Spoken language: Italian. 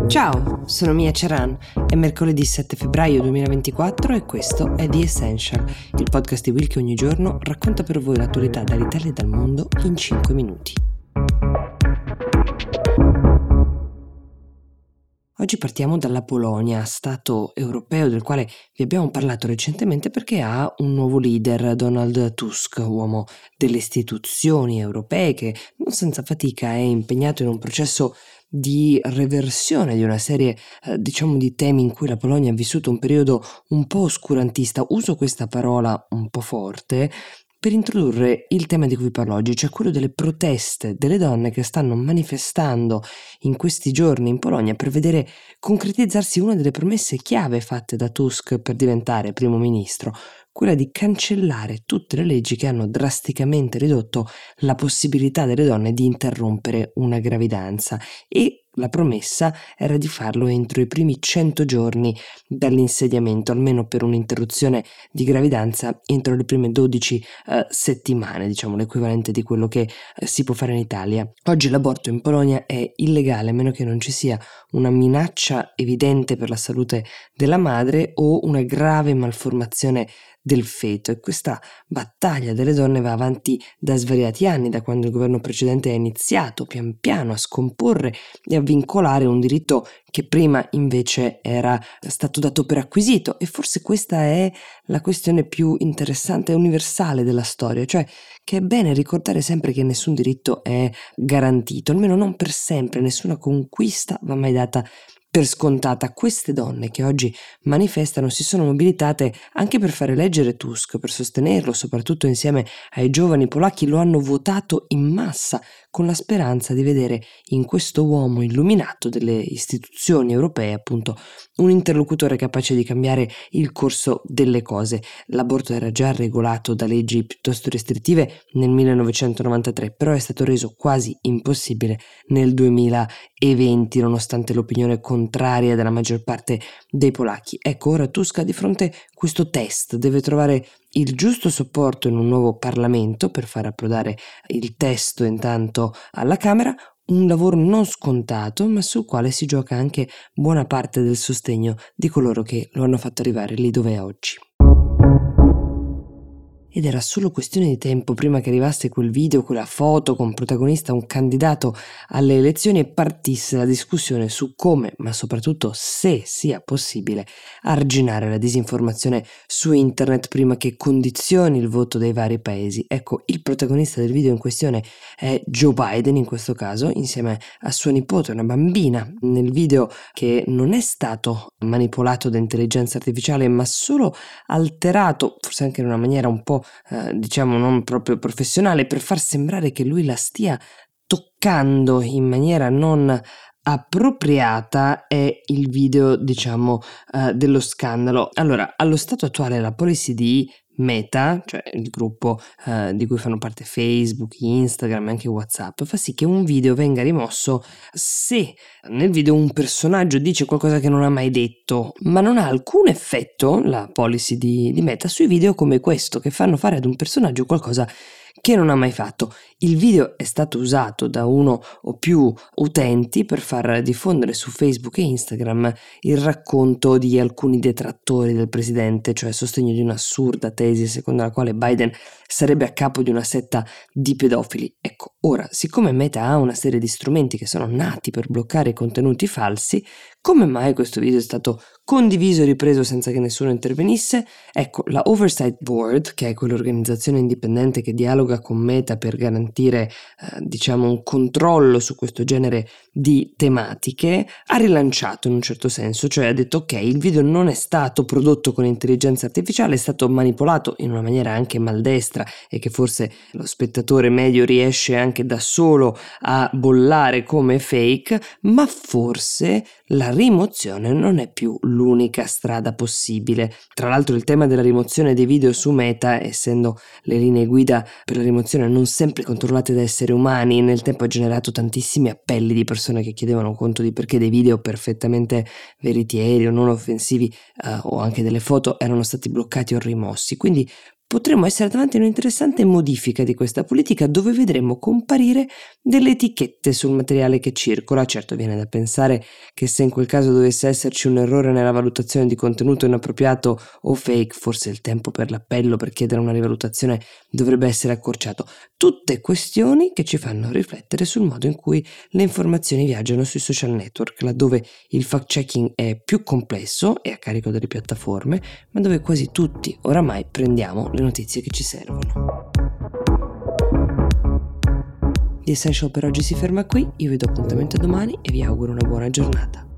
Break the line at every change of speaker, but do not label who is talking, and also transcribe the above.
Ciao, sono Mia Ceran, è mercoledì 7 febbraio 2024 e questo è The Essential, il podcast di Will che ogni giorno racconta per voi l'attualità dall'Italia e dal mondo in 5 minuti. Oggi partiamo dalla Polonia, stato europeo del quale vi abbiamo parlato recentemente perché ha un nuovo leader, Donald Tusk, uomo delle istituzioni europee che non senza fatica è impegnato in un processo di reversione di una serie, di temi in cui la Polonia ha vissuto un periodo un po' oscurantista. Uso questa parola un po' forte per introdurre il tema di cui parlo oggi, cioè quello delle proteste delle donne che stanno manifestando in questi giorni in Polonia per vedere concretizzarsi una delle promesse chiave fatte da Tusk per diventare primo ministro, quella di cancellare tutte le leggi che hanno drasticamente ridotto la possibilità delle donne di interrompere una gravidanza, e la promessa era di farlo entro i primi 100 giorni dall'insediamento, almeno per un'interruzione di gravidanza entro le prime 12 settimane, diciamo l'equivalente di quello che si può fare in Italia. Oggi l'aborto in Polonia è illegale a meno che non ci sia una minaccia evidente per la salute della madre o una grave malformazione del feto, e questa battaglia delle donne va avanti da svariati anni, da quando il governo precedente ha iniziato pian piano a scomporre e a vincolare un diritto che prima invece era stato dato per acquisito. E forse questa è la questione più interessante e universale della storia, cioè che è bene ricordare sempre che nessun diritto è garantito, almeno non per sempre, nessuna conquista va mai data per scontata. Queste donne che oggi manifestano si sono mobilitate anche per fare eleggere Tusk, per sostenerlo, soprattutto insieme ai giovani polacchi. Lo hanno votato in massa con la speranza di vedere in questo uomo illuminato delle istituzioni europee appunto un interlocutore capace di cambiare il corso delle cose. L'aborto era già regolato da leggi piuttosto restrittive nel 1993, però è stato reso quasi impossibile nel 2020 nonostante l'opinione contraria della maggior parte dei polacchi. Ecco, ora Tusk ha di fronte questo test, deve trovare il giusto supporto in un nuovo Parlamento per far approdare il testo intanto alla Camera, un lavoro non scontato ma sul quale si gioca anche buona parte del sostegno di coloro che lo hanno fatto arrivare lì dove è oggi. Ed era solo questione di tempo prima che arrivasse quel video, quella foto con protagonista un candidato alle elezioni e partisse la discussione su come, ma soprattutto se sia possibile, arginare la disinformazione su internet prima che condizioni il voto dei vari paesi. Ecco, il protagonista del video in questione è Joe Biden, in questo caso, insieme a sua nipote, una bambina, nel video che non è stato manipolato da intelligenza artificiale ma solo alterato, forse anche in una maniera un po' non proprio professionale, per far sembrare che lui la stia toccando in maniera non appropriata. È il video dello scandalo. Allora, allo stato attuale la policy di Meta, cioè il gruppo di cui fanno parte Facebook, Instagram e anche WhatsApp, fa sì che un video venga rimosso se nel video un personaggio dice qualcosa che non ha mai detto, ma non ha alcun effetto la policy di Meta sui video come questo, che fanno fare ad un personaggio qualcosa che non ha mai fatto. Il video è stato usato da uno o più utenti per far diffondere su Facebook e Instagram il racconto di alcuni detrattori del presidente, cioè a sostegno di un'assurda tesi secondo la quale Biden sarebbe a capo di una setta di pedofili. Ecco, ora, siccome Meta ha una serie di strumenti che sono nati per bloccare i contenuti falsi, come mai questo video è stato condiviso e ripreso senza che nessuno intervenisse? Ecco, la Oversight Board, che è quell'organizzazione indipendente che dialoga con Meta per garantire un controllo su questo genere di tematiche, ha rilanciato in un certo senso, cioè ha detto ok, il video non è stato prodotto con intelligenza artificiale, è stato manipolato in una maniera anche maldestra e che forse lo spettatore medio riesce anche da solo a bollare come fake, ma forse la rimozione non è più l'unica strada possibile. Tra l'altro il tema della rimozione dei video su Meta, essendo le linee guida per la rimozione non sempre controllate da esseri umani, nel tempo ha generato tantissimi appelli di persone che chiedevano conto di perché dei video perfettamente veritieri o non offensivi o anche delle foto erano stati bloccati o rimossi. Quindi potremmo essere davanti a un'interessante modifica di questa politica, dove vedremo comparire delle etichette sul materiale che circola. Certo, viene da pensare che se in quel caso dovesse esserci un errore nella valutazione di contenuto inappropriato o fake, forse il tempo per l'appello per chiedere una rivalutazione dovrebbe essere accorciato. Tutte questioni che ci fanno riflettere sul modo in cui le informazioni viaggiano sui social network, laddove il fact-checking è più complesso e a carico delle piattaforme, ma dove quasi tutti oramai prendiamo le notizie che ci servono. The Essential per oggi si ferma qui, io vi do appuntamento domani e vi auguro una buona giornata.